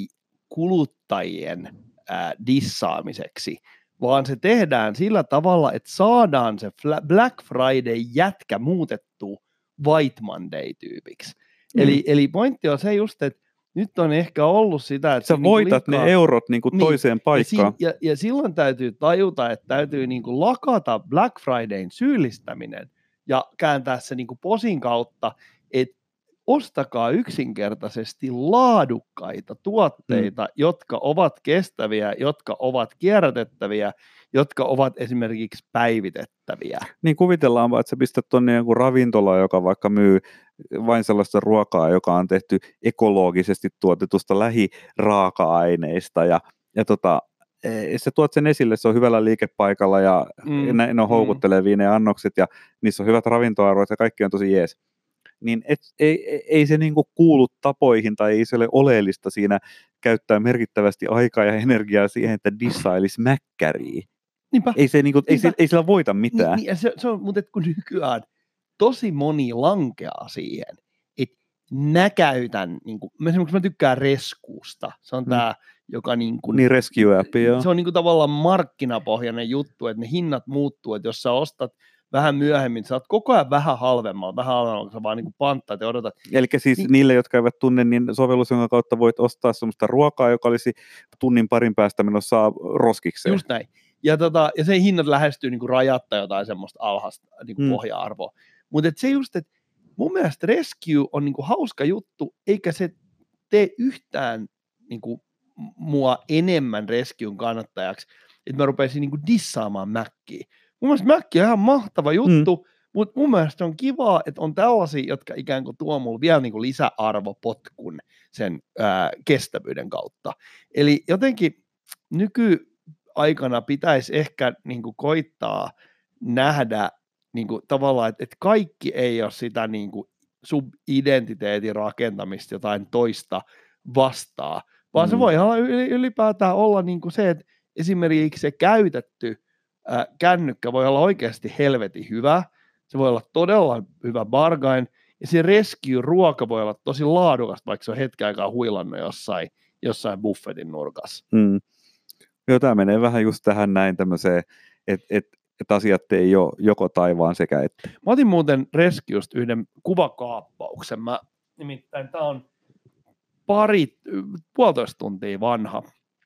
kuluttajien ää, dissaamiseksi, vaan se tehdään sillä tavalla, että saadaan se Black Friday-jätkä muutettua White Monday-tyypiksi. Mm. Eli, eli pointti on se just, että nyt on ehkä ollut sitä, että... Sä se voitat niin liikaa, ne eurot niin kuin niin, toiseen paikkaan. Ja, si- ja, ja silloin täytyy tajuta, että täytyy niin kuin lakata Black Fridayn syyllistäminen ja kääntää se niin kuin posin kautta, että ostakaa yksinkertaisesti laadukkaita tuotteita, mm. jotka ovat kestäviä, jotka ovat kierrätettäviä, jotka ovat esimerkiksi päivitettäviä. Niin kuvitellaan vaan, että sä pistät tuonne joku ravintola, joka vaikka myy vain sellaista ruokaa, joka on tehty ekologisesti tuotetusta lähiraaka-aineista ja, ja tota, sä tuot sen esille, se on hyvällä liikepaikalla ja mm. ne, ne on houkuttelevia ne annokset ja niissä on hyvät ravintoarvot ja kaikki on tosi jees. Niin et, ei, ei se niinku kuulu tapoihin tai ei se ole oleellista siinä käyttää merkittävästi aikaa ja energiaa siihen, että dissailisi mäkkäriä. Niinpä. Ei, se, niinku, ei, se, ei sillä voita mitään. Niin, niin, se, se on, mutta kun nykyään tosi moni lankeaa siihen, että näkäytän, niin kuin, esimerkiksi mä tykkään Reskuusta, se on mm. tämä, joka niin kuin, niin rescue-appi, joo. Se on niin kuin tavallaan markkinapohjainen juttu, että ne hinnat muuttuu, että jos sä ostat vähän myöhemmin, sä oot koko ajan vähän halvemmalla, vähän halvemmalla, kun sä vaan niin panttaat ja odotat. Eli siis niin, niille, jotka eivät tunne, niin sovellus, jonka kautta voit ostaa semmoista ruokaa, joka olisi tunnin parin päästä menossa roskikseen. Just näin. Ja, tota, ja sen hinnat lähestyy niin kuin rajatta jotain semmoista alhaista niin kuin mm. pohja-arvoa. Mutta se just, että mun mielestä Rescue on niin kuin hauska juttu, eikä se tee yhtään niin kuin mua enemmän Rescuen kannattajaksi, että mä rupeisin niin kuin dissaamaan Mäkkiä. Mun mielestä Mäkki on ihan mahtava juttu, mm. mutta mun mielestä on kivaa, että on tällaisia, jotka ikään kuin tuo mulle vielä niin kuin lisäarvopotkun sen ää, kestävyyden kautta. Eli jotenkin nykyaikana pitäisi ehkä niin kuin koittaa nähdä niin kuin, tavallaan, että, että kaikki ei ole sitä niin kuin, sub-identiteetin rakentamista jotain toista vastaa, vaan mm. se voi ihan ylipäätään olla niin kuin se, että esimerkiksi se käytetty ää, kännykkä voi olla oikeasti helvetin hyvä, se voi olla todella hyvä bargain, ja se rescue-ruoka voi olla tosi laadukasta, vaikka se on hetken aikaa huilannut jossain, jossain buffetin nurkassa. Mm. Joo, tämä menee vähän just tähän näin tämmöiseen, että et, et asiat ei ole joko taivaan sekä että. Mä otin muuten Rescuesta yhden kuvakaappauksen. Mä, nimittäin tämä on pari, puolitoista tuntia vanha,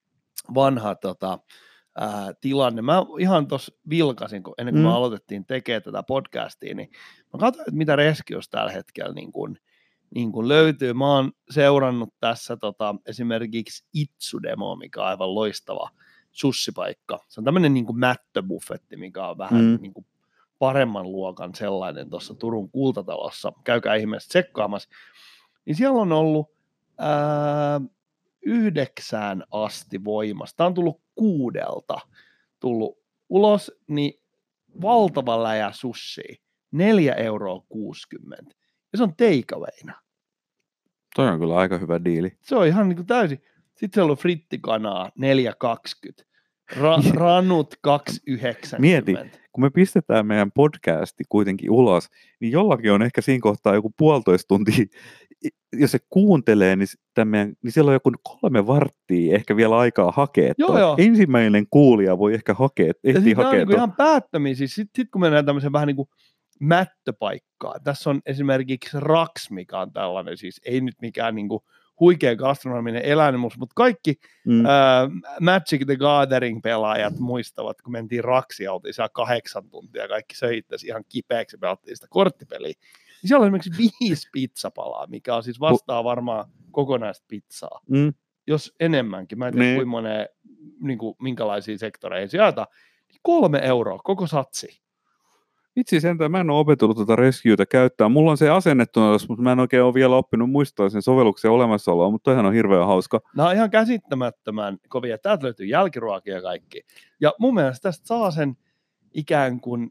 vanha tota, ää, tilanne. Mä ihan tuossa vilkasin, kun ennen kuin mm. me aloitettiin tekemään tätä podcastia, niin mä katsoin, että mitä Rescuesta tällä hetkellä niin kun, niin kun löytyy. Mä oon seurannut tässä tota, esimerkiksi Itsu-demoa, mikä on aivan loistava sussipaikka. Se on tämmöinen niin kuin mättöbuffetti, mikä on vähän mm. niin kuin paremman luokan sellainen tuossa Turun Kultatalossa. Käykää ihmeessä tsekkaamassa. Niin siellä on ollut ää, yhdeksään asti voimassa. Tämä on tullut kuudelta tullut ulos, niin valtava läjä sushia. Neljä euroa kuusikymmentä. Ja se on takeawayna. Toi on kyllä aika hyvä diili. Se on ihan niin kuin täysin. Sitten siellä on frittikanaa neljä kaksikymmentä. Ra- ranut kaksi yhdeksänkymmentä. Mieti, kun me pistetään meidän podcasti kuitenkin ulos, niin jollakin on ehkä siinä kohtaa joku puolitoista tuntia, jos se kuuntelee, niin, meidän, niin siellä on joku kolme varttia ehkä vielä aikaa hakea. Joo, joo. Ensimmäinen kuulija voi ehkä hakea, ehtii hakea. Tämä on niin ihan päättömiä. Siis sitten sit kun mennään tämmöiseen vähän niin kuin mättöpaikkaan. Tässä on esimerkiksi Raks, mikä on tällainen, siis ei nyt mikään niin kuin huikea gastronominen elämys, mutta kaikki mm. ää, Magic the Gathering-pelaajat muistavat, kun mentiin Raksia, oltiin siellä kahdeksan tuntia, kaikki söi itse ihan kipeäksi, pelattiin sitä korttipeliä. Ja siellä on esimerkiksi viisi pizzapalaa, mikä on siis vastaa varmaan kokonaista pizzaa, mm. jos enemmänkin. Mä en tiedä, kuinka moneen, niin kuin, minkälaisia sektoreita sieltä. Kolme euroa, koko satsi. Vitsi sentään, mä en ole opetellut tuota Rescueta käyttää. Mulla on se asennettuna, mutta mä en oikein ole vielä oppinut muistaa sen sovelluksen olemassaoloa, mutta toihan on hirveän hauska. Nämä on ihan käsittämättömän kovia. Täältä löytyy jälkiruokia ja kaikki. Ja mun mielestä tästä saa sen ikään kuin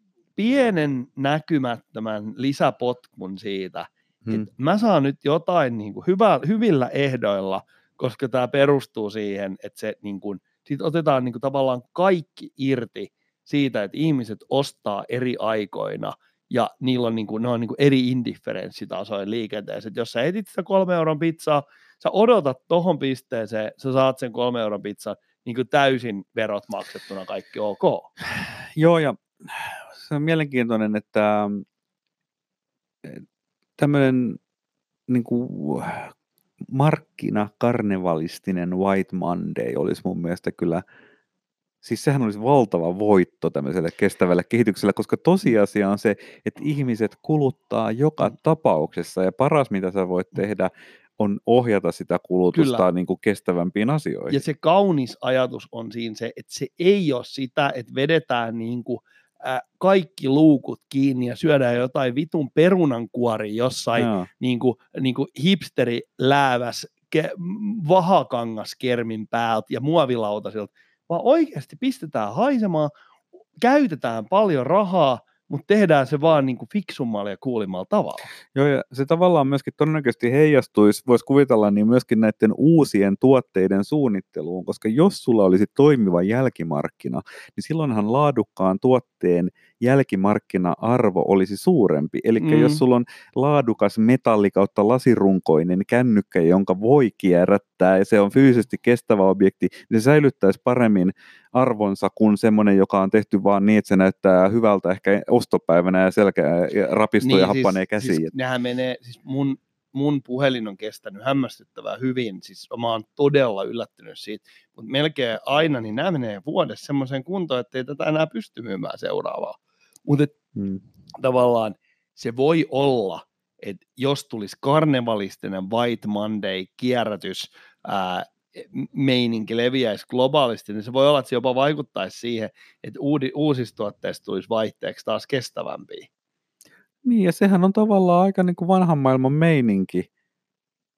pienen näkymättömän lisäpotkun siitä, hmm. että mä saan nyt jotain niin kuin hyvä, hyvillä ehdoilla, koska tämä perustuu siihen, että se niin kuin, siitä otetaan niin kuin tavallaan kaikki irti siitä, että ihmiset ostaa eri aikoina ja niillä on, niin kuin, ne on niin kuin eri indifferenssitasojen liikenteessä. Että jos sä etit sitä kolme euron pizzaa, sä odotat tohon pisteeseen, sä saat sen kolme euron pizzaa niin kuin täysin verot maksettuna, kaikki ok. Joo, ja se on mielenkiintoinen, että tämmöinen niin kuin markkinakarnevalistinen White Monday olisi mun mielestä kyllä. Siis sehän olisi valtava voitto tämmöiselle kestävälle kehitykselle, koska tosiasia on se, että ihmiset kuluttaa joka tapauksessa ja paras mitä sä voit tehdä on ohjata sitä kulutusta niin kuin kestävämpiin asioihin. Ja se kaunis ajatus on siinä se, että se ei ole sitä, että vedetään niin kuin, äh, kaikki luukut kiinni ja syödään jotain vitun perunankuori jossain niin kuin, niin kuin hipsterilääväs ke- vahakangaskermin päältä ja muovilautasilta, vaan oikeasti pistetään haisemaan, käytetään paljon rahaa, mutta tehdään se vaan niin kuin fiksummalla ja kuulimmalla tavalla. Joo, ja se tavallaan myöskin todennäköisesti heijastuisi, voisi kuvitella, niin myöskin näiden uusien tuotteiden suunnitteluun, koska jos sulla olisi toimiva jälkimarkkina, niin silloinhan laadukkaan tuotteen jälkimarkkina-arvo olisi suurempi. Eli mm. jos sulla on laadukas metalli kautta lasirunkoinen kännykkä, jonka voi kierrättää, ja se on fyysisesti kestävä objekti, niin se säilyttäisi paremmin arvonsa kuin semmoinen, joka on tehty vaan niin, että se näyttää hyvältä ehkä ostopäivänä ja selkä ja rapistuu niin, ja happanee siis, käsiin. Siis nehän menee, siis mun, mun puhelin on kestänyt hämmästyttävän hyvin, siis mä oon todella yllättynyt siitä, mutta melkein aina niin nämä menee vuodessa semmoiseen kuntoon, että ei tätä enää pysty myymään seuraavaa. Mutta hmm. tavallaan se voi olla, että jos tulisi karnevalistinen White Monday kierrätys, ää, meininki leviäisi globaalisti, niin se voi olla, että se jopa vaikuttaisi siihen, että uudi, uusista tuotteista tulisi vaihteeksi taas kestävämpiä. Niin, ja sehän on tavallaan aika niin kuin vanhan maailman meininki.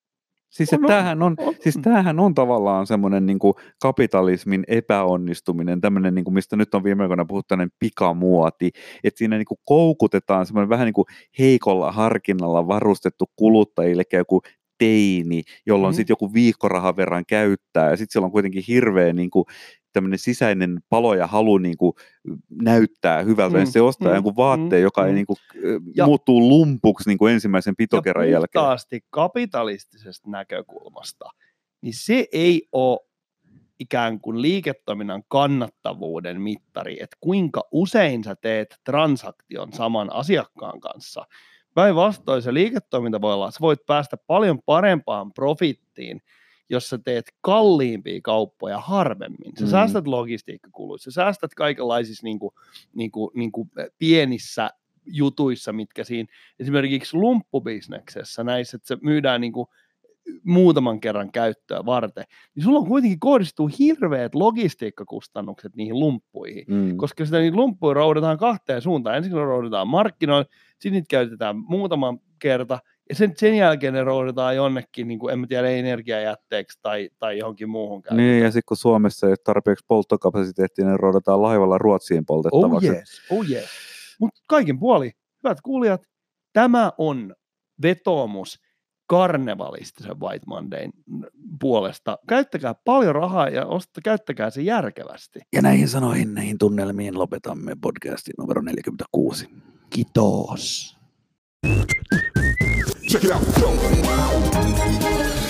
Siis, että No, tämähän on, on. siis tämähän on tavallaan semmoinen niin kuin kapitalismin epäonnistuminen, tämmöinen, niin kuin mistä nyt on viime aikoina puhuttu, tämmöinen pikamuoti, että siinä niin kuin koukutetaan semmoinen vähän niin kuin heikolla harkinnalla varustettu kuluttajille, joku teini, jolla on Mhm. sitten joku viikkorahan verran käyttää, ja sitten siellä on kuitenkin hirveä niin kuin tämmöinen sisäinen palo ja halu niin kuin näyttää hyvältä, Mm, ja se ostaa mm, jonkun vaatteen, mm, joka ei mm. niin kuin, Ja- muuttuu lumpuksi niin kuin ensimmäisen Ja pitokerran jälkeen. puhtaasti kapitalistisesta näkökulmasta, niin se ei ole ikään kuin liiketoiminnan kannattavuuden mittari, että kuinka usein sä teet transaktion saman asiakkaan kanssa. Päinvastoin se liiketoiminta voi olla, sä voit päästä paljon parempaan profittiin, jos sä teet kalliimpia kauppoja harvemmin. Sä Mm. säästät logistiikkakuluissa, sä säästät kaikenlaisissa niin kuin, niin kuin, niin kuin pienissä jutuissa, mitkä siinä esimerkiksi lumppubisneksessä näissä, että se myydään niin kuin muutaman kerran käyttöä varten, niin sulla on kuitenkin kohdistuu hirveät logistiikkakustannukset niihin lumppuihin, Mm. koska sitä niitä lumppuja roudataan kahteen suuntaan. Ensin ne roudataan markkinoille, sitten niitä käytetään muutaman kerta, ja sen, sen jälkeen ne roudataan jonnekin, niin kuin, en mä tiedä, energiajätteeksi tai, tai johonkin muuhun käyttöön. Niin, ja sitten kun Suomessa ei ole tarpeeksi polttokapasiteettia, niin roudataan laivalla Ruotsiin Oh poltettavaksi. yes, oh yes. Mutta kaikin puoli, hyvät kuulijat, tämä on vetoomus karnevalistisen White Mondayn puolesta. Käyttäkää paljon rahaa ja osta, käyttäkää se järkevästi. Ja näihin sanoihin, näihin tunnelmiin lopetamme podcastin numero neljäkymmentäkuusi. Kiitos. Check it out.